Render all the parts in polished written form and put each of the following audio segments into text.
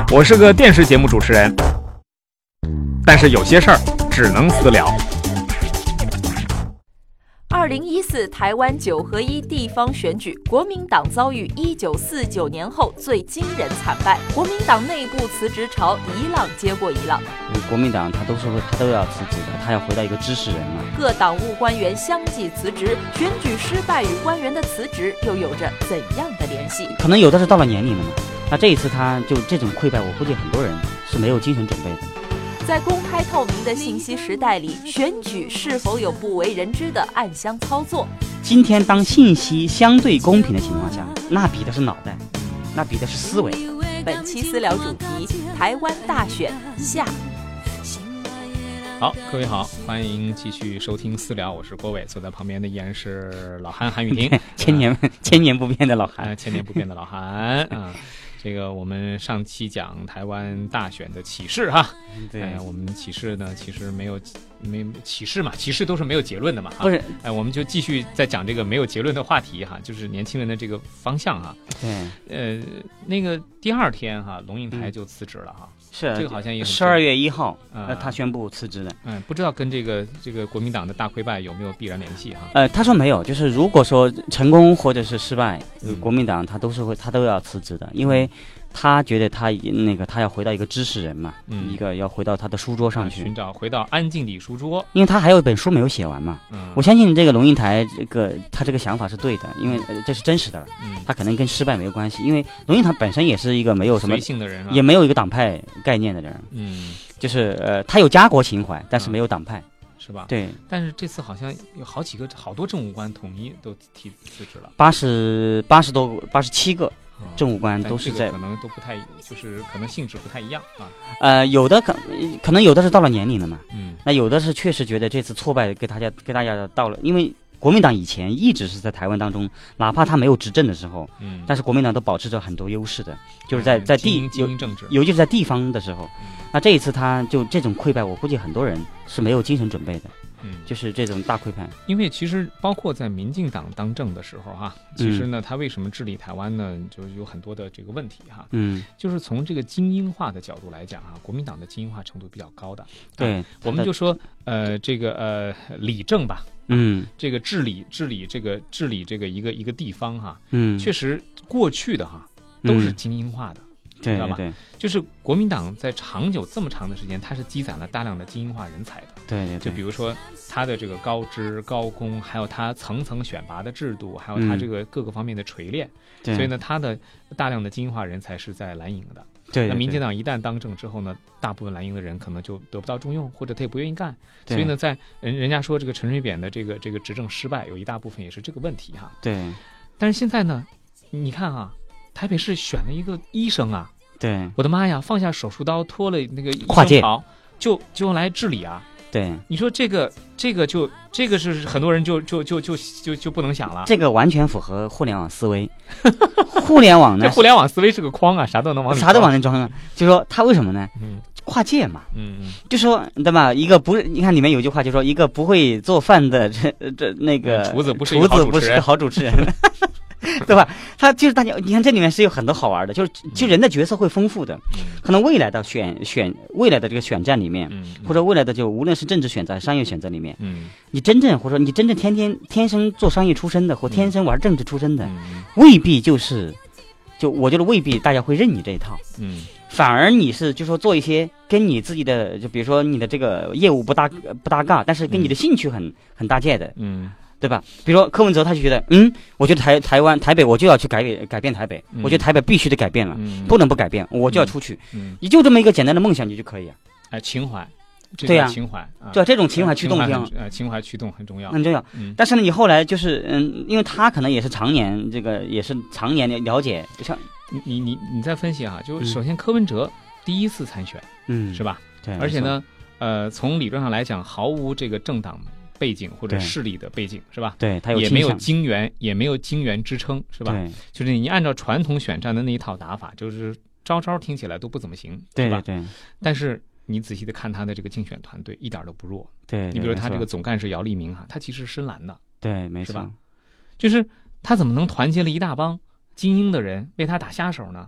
我是个电视节目主持人，但是有些事儿只能私聊。 2014台湾9合1地方选举，国民党遭遇1949年后最惊人惨败，国民党内部辞职潮一浪接过一浪。 国民党他都要辞职的，他要回到一个知识人嘛。 各党务官员相继辞职，选举失败与官员的辞职又有着怎样的联系？ 可能有的是到了年龄了嘛。那这一次他就这种溃败，我估计很多人是没有精神准备的。 在公开透明的信息时代里，选举是否有不为人知的暗箱操作？ 今天当信息相对公平的情况下，那比的是脑袋，那比的是思维。 本期私聊主题：台湾大选下。 好，各位好，欢迎继续收听私聊，我是郭伟，坐在旁边的依然是老韩雨婷， 千年不变的老韩， 千年不变的老韩啊。这个我们上期讲台湾大选的启示哈， 对， 我们启示呢其实没启示嘛，启示都是没有结论的嘛， 不是， 我们就继续再讲这个没有结论的话题哈，就是年轻人的这个方向哈。 对， 那个第二天哈，龙应台就辞职了哈， 是这个好像也 12月1号，他宣布辞职的。 不知道跟这个国民党的大溃败有没有必然联系哈？ 他说没有，就是如果说成功或者是失败，国民党他都要辞职的，因为他觉得他要回到一个知识人嘛，一个要回到他的书桌上去， 寻找回到安静的书桌， 因为他还有一本书没有写完嘛。我相信这个龙应台他这个想法是对的，因为这是真实的，他可能跟失败没有关系，因为龙应台本身也是一个没有什么随性的人， 也没有一个党派概念的人，就是他有家国情怀，但是没有党派。 是吧？ 对， 但是这次好像有好多政务官统一都提辞职了，87个政务官都是在， 可能都不太，就是可能性质不太一样啊。 有的可能有的是到了年龄了嘛，那有的是确实觉得这次挫败给大家到了，因为国民党以前一直是在台湾当中，哪怕他没有执政的时候，但是国民党都保持着很多优势的，就是在精英政治， 尤其是在地方的时候。那这一次他就这种溃败，我估计很多人是没有精神准备的，就是这种大溃败。 因为其实包括在民进党当政的时候哈，其实呢，他为什么治理台湾呢，就有很多的这个问题哈。就是从这个精英化的角度来讲啊，国民党的精英化程度比较高的。 对， 我们就说理政吧。这个治理这个一个地方哈，确实过去的哈都是精英化的。知道吧？ 对， 就是国民党在这么长的时间，它是积攒了大量的精英化人才的。 对， 就比如说它的这个高知高工，还有它层层选拔的制度，还有它这个各个方面的锤炼。所以呢，它的大量的精英化人才是在蓝营的。 对， 那民进党一旦当政之后呢，大部分蓝营的人可能就得不到重用，或者他也不愿意干。所以呢，在人家说这个陈水扁的这个执政失败，有一大部分也是这个问题哈。 对， 但是现在呢，你看啊。台北市选了一个医生啊， 对， 我的妈呀，放下手术刀，脱了那个跨界就用来治理啊。 对， 你说这个是很多人就不能想了。 这个完全符合互联网思维。互联网呢， 这互联网思维是个筐啊，啥都能往里装啊。就说他为什么呢？跨界嘛。就说对吧？一个不是，你看里面有句话就说，一个不会做饭的那个厨子不是个好主持人。对吧？他就是大家，你看这里面是有很多好玩的，就人的角色会丰富的，可能未来的未来的这个选战里面，或者未来的就无论是政治选择、商业选择里面，你真正天生做商业出身的，或天生玩政治出身的，未必就我觉得未必大家会认你这一套，反而你是就说做一些跟你自己的，就比如说你的这个业务不搭嘎，但是跟你的兴趣很搭界的，对吧？比如说柯文哲，他就觉得，我觉得台北，我就要去改变台北，我觉得台北必须得改变了，不能不改变，我就要出去，你就这么一个简单的梦想，你就可以啊。 情怀， 对呀， 情怀， 就这种情怀驱动情怀驱动很重要， 很重要。但是呢，你后来就是，因为他可能也是常年的了解，像你再分析哈，就首先柯文哲第一次参选，是吧？ 对， 而且呢，从理论上来讲，毫无这个政党背景或者势力的背景，是吧？ 对，他也没有经援支撑，是吧？ 对， 就是你按照传统选战的那一套打法，就是招听起来都不怎么行， 对吧？ 对。 但是你仔细的看他的这个竞选团队，一点都不弱。 对， 你比如他这个总干事姚立明哈，他其实是深蓝的， 对，没错， 是吧？就是他怎么能团结了一大帮精英的人为他打下手呢？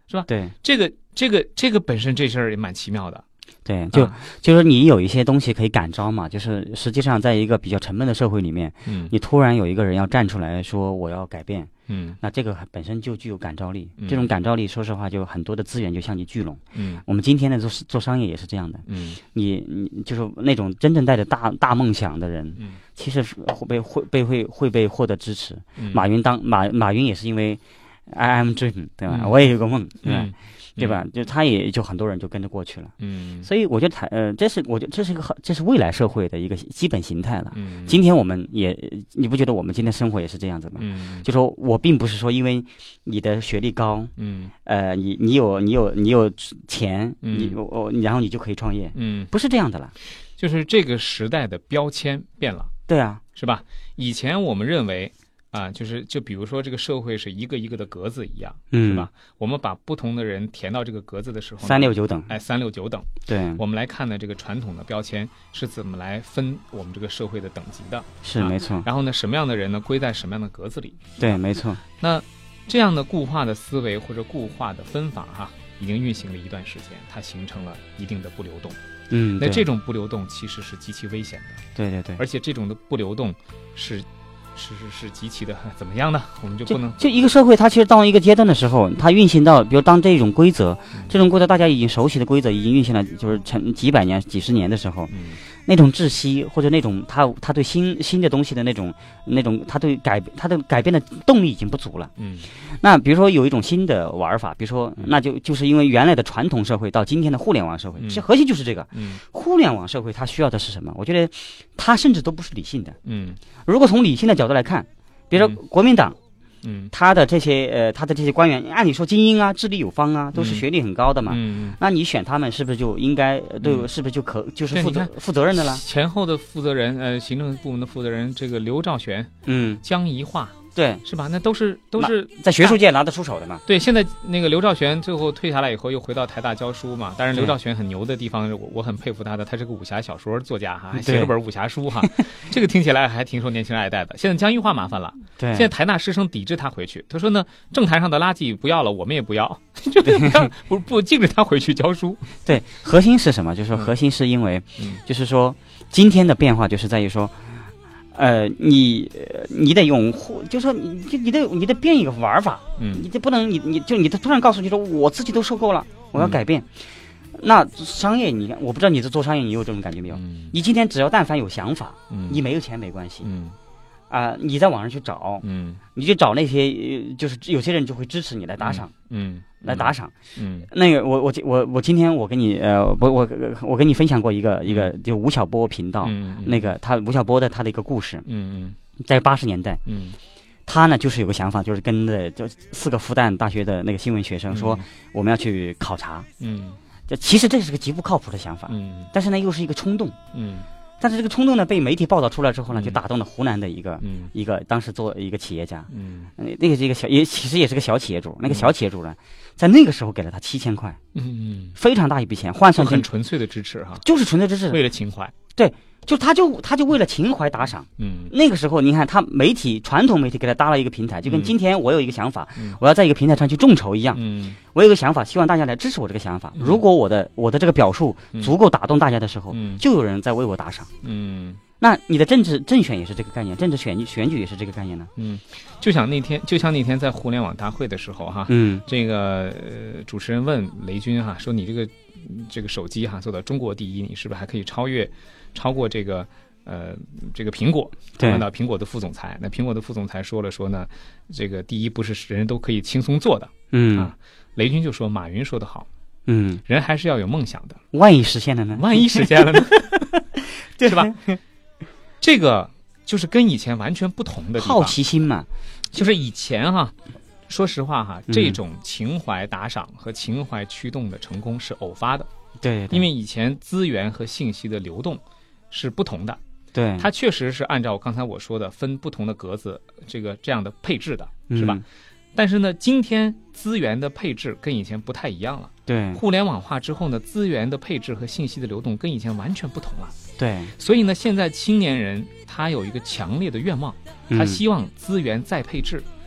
是吧？ 对， 这个本身这事儿也蛮奇妙的。 对，就是你有一些东西可以感召嘛，就是实际上在一个比较沉闷的社会里面，你突然有一个人要站出来说我要改变，那这个本身就具有感召力，这种感召力，说实话，就很多的资源就向你聚拢。我们今天的做商业也是这样的，你就是那种真正带着大梦想的人，其实会被获得支持。马云也是因为 I am dream， 对吧？我也有个梦，对吧？对吧？就他也就很多人就跟着过去了。所以我觉得这是未来社会的一个基本形态了。今天我们你不觉得我们今天生活也是这样子吗？就说我并不是说因为你的学历高，你有钱，然后你就可以创业，不是这样的了。 就是这个时代的标签变了。 对啊， 是吧？以前我们认为。就比如说这个社会是一个一个的格子一样，是吧？我们把不同的人填到这个格子的时候 ，369等， 三六九等。 对， 我们来看呢，这个传统的标签是怎么来分我们这个社会的等级的？ 是没错。 然后呢，什么样的人呢归在什么样的格子里？ 对，没错。 那这样的固化的思维或者固化的分法已经运行了一段时间，它形成了一定的不流动。那这种不流动其实是极其危险的。 对对对。 而且这种的不流动是极其的怎么样呢？我们就不能就一个社会，它其实到一个阶段的时候，它运行到，比如当这种规则大家已经熟悉的规则已经运行了，就是几百年、几十年的时候，那种窒息或者那种他对新的东西的那种他的改变的动力已经不足了。那比如说有一种新的玩法，比如说那就是因为原来的传统社会到今天的互联网社会，其实核心就是这个。互联网社会它需要的是什么？我觉得它甚至都不是理性的。如果从理性的角度来看，比如说国民党，他的这些官员，按理说精英啊，智力有方啊，都是学历很高的嘛。那你选他们是不是就应该是不是就是负责任的了？ 前后的负责人，行政部门的负责人，这个刘兆玄，江宜桦。对，是吧？那都是在学术界拿得出手的嘛。 对，现在那个刘兆玄最后退下来以后，又回到台大教书嘛。当然，刘兆玄很牛的地方，我很佩服他的，他是个武侠小说作家还写了本武侠书这个听起来还挺受年轻人爱戴的。现在江宜桦麻烦了， 对， 现在台大师生抵制他回去，他说呢，政坛上的垃圾不要了，我们也不要，就是不禁止他回去教书。 对，核心是什么？就是说核心是因为，就是说今天的变化就是在于说。你得用，就是说你得变一个玩法，你这不能你突然告诉你说我自己都受够了，我要改变。那商业，你看，我不知道你在做商业，你有这种感觉没有？你今天只要但凡有想法，你没有钱没关系，你在网上去找，你去找那些，就是有些人就会支持你来打赏，来打赏，那个我今天我跟你我跟你分享过一个就吴晓波频道，那个吴晓波的他的一个故事，在80年代，他呢就是有个想法，就是跟着就4个复旦大学的那个新闻学生说，我们要去考察，其实这是个极不靠谱的想法，但是呢又是一个冲动，但是这个冲动呢，被媒体报道出来之后呢，就打动了湖南的一个当时做一个企业家，那个是一个其实也是个小企业主，那个小企业主呢，在那个时候给了他7000块，非常大一笔钱，换算很纯粹的支持就是纯粹支持， 为了情怀， 对。就他就为了情怀打赏，那个时候你看他传统媒体给他搭了一个平台，就跟今天我有一个想法，我要在一个平台上去众筹一样，我有个想法，希望大家来支持我这个想法。如果我的这个表述足够打动大家的时候，就有人在为我打赏。那你的政选也是这个概念，政治选举也是这个概念呢。 就像那天在互联网大会的时候这个主持人问雷军说你这个手机做到中国第一，你是不是还可以超过这个苹果？问到苹果的副总裁，那苹果的副总裁说呢，这个第一不是人人都可以轻松做的。雷军就说马云说得好，人还是要有梦想的。 万一实现了呢？ 是吧？这个就是跟以前完全不同的地方。 好奇心嘛， 就是以前说实话这种情怀打赏和情怀驱动的成功是偶发的。 对， 因为以前资源和信息的流动是不同的。 对， 它确实是按照刚才我说的分不同的格子这样的配置的，是吧？但是呢，今天资源的配置跟以前不太一样了。 对， 互联网化之后呢，资源的配置和信息的流动跟以前完全不同了。 对， 所以呢，现在青年人他有一个强烈的愿望，他希望资源再配置，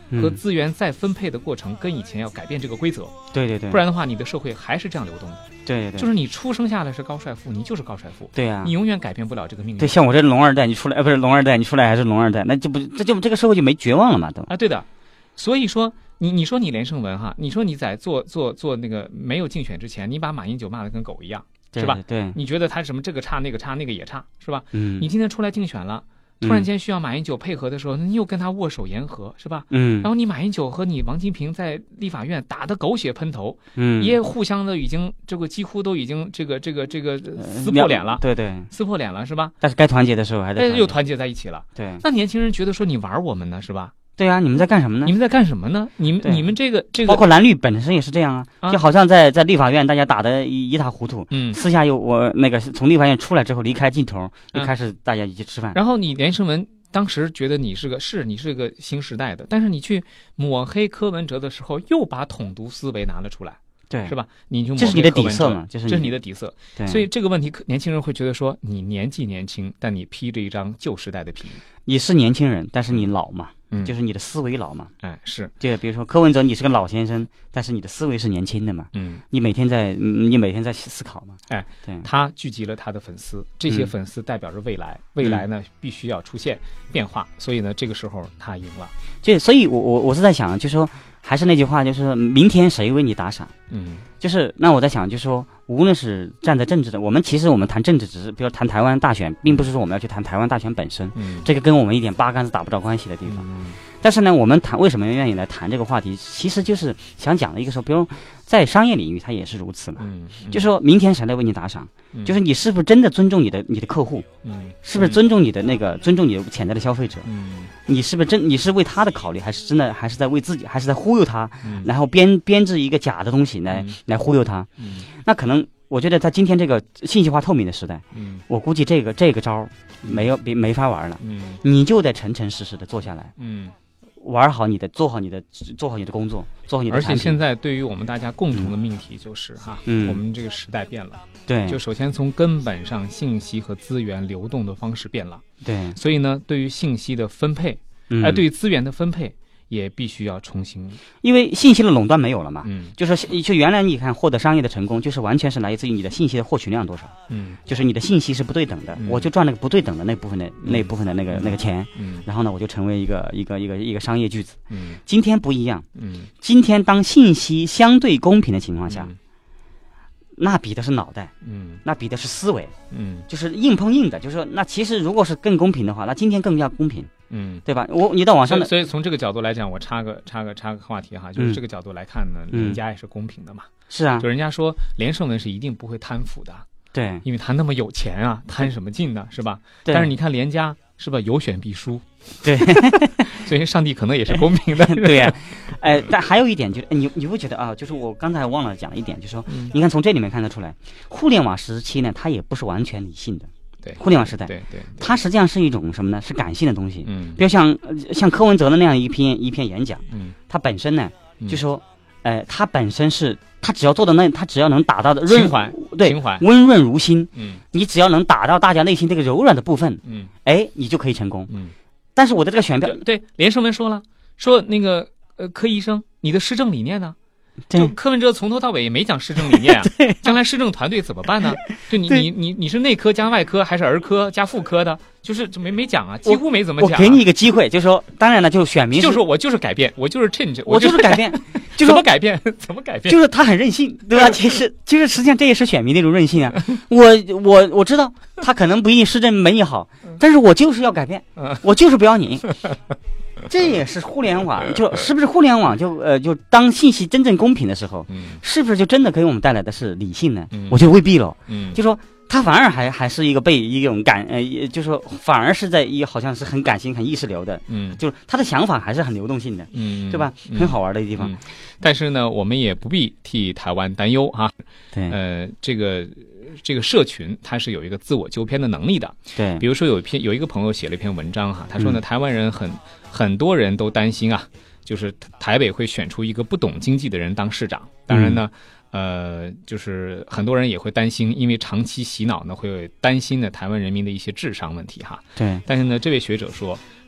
和资源再分配的过程跟以前要改变这个规则。 对对对， 不然的话，你的社会还是这样流动的。 对对对， 就是你出生下来是高帅富，你就是高帅富。 对呀， 你永远改变不了这个命运。 对，像我这龙二代，你出来不是龙二代，你出来还是龙二代，那就不这个社会就没绝望了嘛，都啊，对的。所以说，你说你连胜文哈，你说你在做那个没有竞选之前，你把马英九骂得跟狗一样，是吧？ 对， 你觉得他什么这个差那个差那个也差，是吧？ 嗯， 你今天出来竞选了。突然间需要马英九配合的时候，你又跟他握手言和，是吧？然后你马英九和你王金平在立法院打得狗血喷头，也互相的已经这个几乎都已经这个撕破脸了， 对对， 撕破脸了，是吧？ 但是该团结的时候还在又团结在一起了， 对。 那年轻人觉得说你玩我们呢，是吧？ 对啊，你们在干什么呢？ 你们在干什么呢？你们这个， 包括蓝绿本身也是这样啊，就好像在立法院大家打得一塌糊涂，私下我那个从立法院出来之后离开镜头，又开始大家一起吃饭。 然后你连胜文当时觉得你是个新时代的，但是你去抹黑柯文哲的时候，又把统独思维拿了出来， 对， 是吧？你就这是你的底色嘛，这是你的底色。所以这个问题，年轻人会觉得说，你年纪年轻，但你披着一张旧时代的皮。 你是年轻人，但是你老嘛，就是你的思维老嘛。 哎，是。 对，比如说柯文哲，你是个老先生，但是你的思维是年轻的嘛。你每天在思考嘛。 哎，对，他聚集了他的粉丝，这些粉丝代表着未来，未来呢必须要出现变化，所以呢这个时候他赢了。 所以我是在想，就是说还是那句话，就是明天谁为你打赏？就是那我在想，就是说，无论是站在政治的，我们谈政治，只是比如谈台湾大选，并不是说我们要去谈台湾大选本身，这个跟我们一点八竿子打不着关系的地方。但是呢，我们为什么愿意来谈这个话题，其实就是想讲的一个说，比如在商业领域，它也是如此嘛。就是说明天谁来为你打赏，就是你是不是真的尊重你的客户，是不是尊重你的潜在的消费者，你是不是你是为他的考虑，还是真的还是在为自己，还是在忽悠他，然后编制一个假的东西来忽悠他。那可能我觉得在今天这个信息化透明的时代，我估计这个招没法玩了。你就得诚诚实实的做下来。玩好你的，做好你的工作，做好你的产品。而且现在对于我们大家共同的命题就是我们这个时代变了。 对， 就首先从根本上，信息和资源流动的方式变了。 对， 所以呢，对于信息的分配，对于资源的分配，也必须要重新， 因为信息的垄断没有了嘛。就原来你看获得商业的成功，就是完全是来自于你的信息的获取量多少。就是你的信息是不对等的，我就赚那个不对等的那部分的那个钱。然后呢，我就成为一个商业巨子。今天不一样。今天当信息相对公平的情况下，那比的是脑袋，那比的是思维，就是硬碰硬的。就是说，那其实如果是更公平的话，那今天更加公平。对吧？你到网上的， 所以从这个角度来讲，我插个话题哈，就是这个角度来看呢，人家也是公平的嘛。 是啊， 就人家说连胜文是一定不会贪腐的， 对， 因为他那么有钱啊，贪什么劲呢，是吧？但是你看连家是吧，有选必输， 对， 所以上帝可能也是公平的， 对呀。但还有一点就是，你会觉得啊，就是我刚才忘了讲了一点，就是说，你看从这里面看得出来，互联网时期呢，它也不是完全理性的。 对， 互联网时代， 对， 它实际上是一种什么呢？是感性的东西。比如像柯文哲的那样一篇演讲，它本身呢，就说，它本身是他只要做的他只要能打到的情怀， 对，温润如新。你只要能打到大家内心这个柔软的部分，你就可以成功。但是我的这个选票， 对，连胜文说那个柯医生，你的施政理念呢？就柯文哲从头到尾也没讲施政理念啊，将来施政团队怎么办呢？就你是内科加外科还是儿科加妇科的？就是没讲啊，几乎没怎么讲。 我给你一个机会，就是说，当然了，就选民就说我就是改变，我就是 change， 我就是改变， 就怎么改变？怎么改变？ 就是他很任性，对吧？就是实际上这也是选民的一种任性啊。我知道他可能不一定施政没你好，但是我就是要改变，我就是不要你。这也是互联网，就是不是互联网就当信息真正公平的时候，是不是就真的给我们带来的是理性呢？我觉得未必了。就说他反而还是一个被一种就是说反而是在好像是很感性、很意识流的。就是他的想法还是很流动性的，对吧？很好玩的地方。 但是呢，我们也不必替台湾担忧哈。 对， 这个社群它是有一个自我纠偏的能力的。 对， 比如说有一个朋友写了一篇文章哈，他说呢，台湾人很多人都担心啊，就是台北会选出一个不懂经济的人当市长。当然呢，就是很多人也会担心，因为长期洗脑呢，会担心呢台湾人民的一些智商问题哈。 对。 但是呢，这位学者说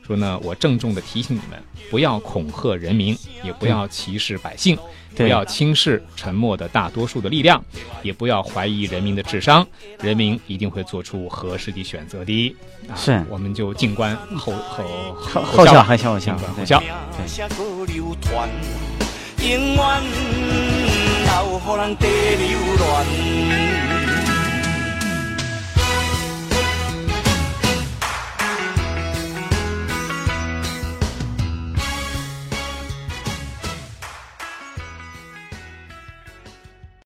说呢，我郑重地提醒你们，不要恐吓人民，也不要歧视百姓，不要轻视沉默的大多数的力量，也不要怀疑人民的智商，人民一定会做出合适的选择的。 是， 我们就静观后效， 静观后效。 永远留予人地流乱。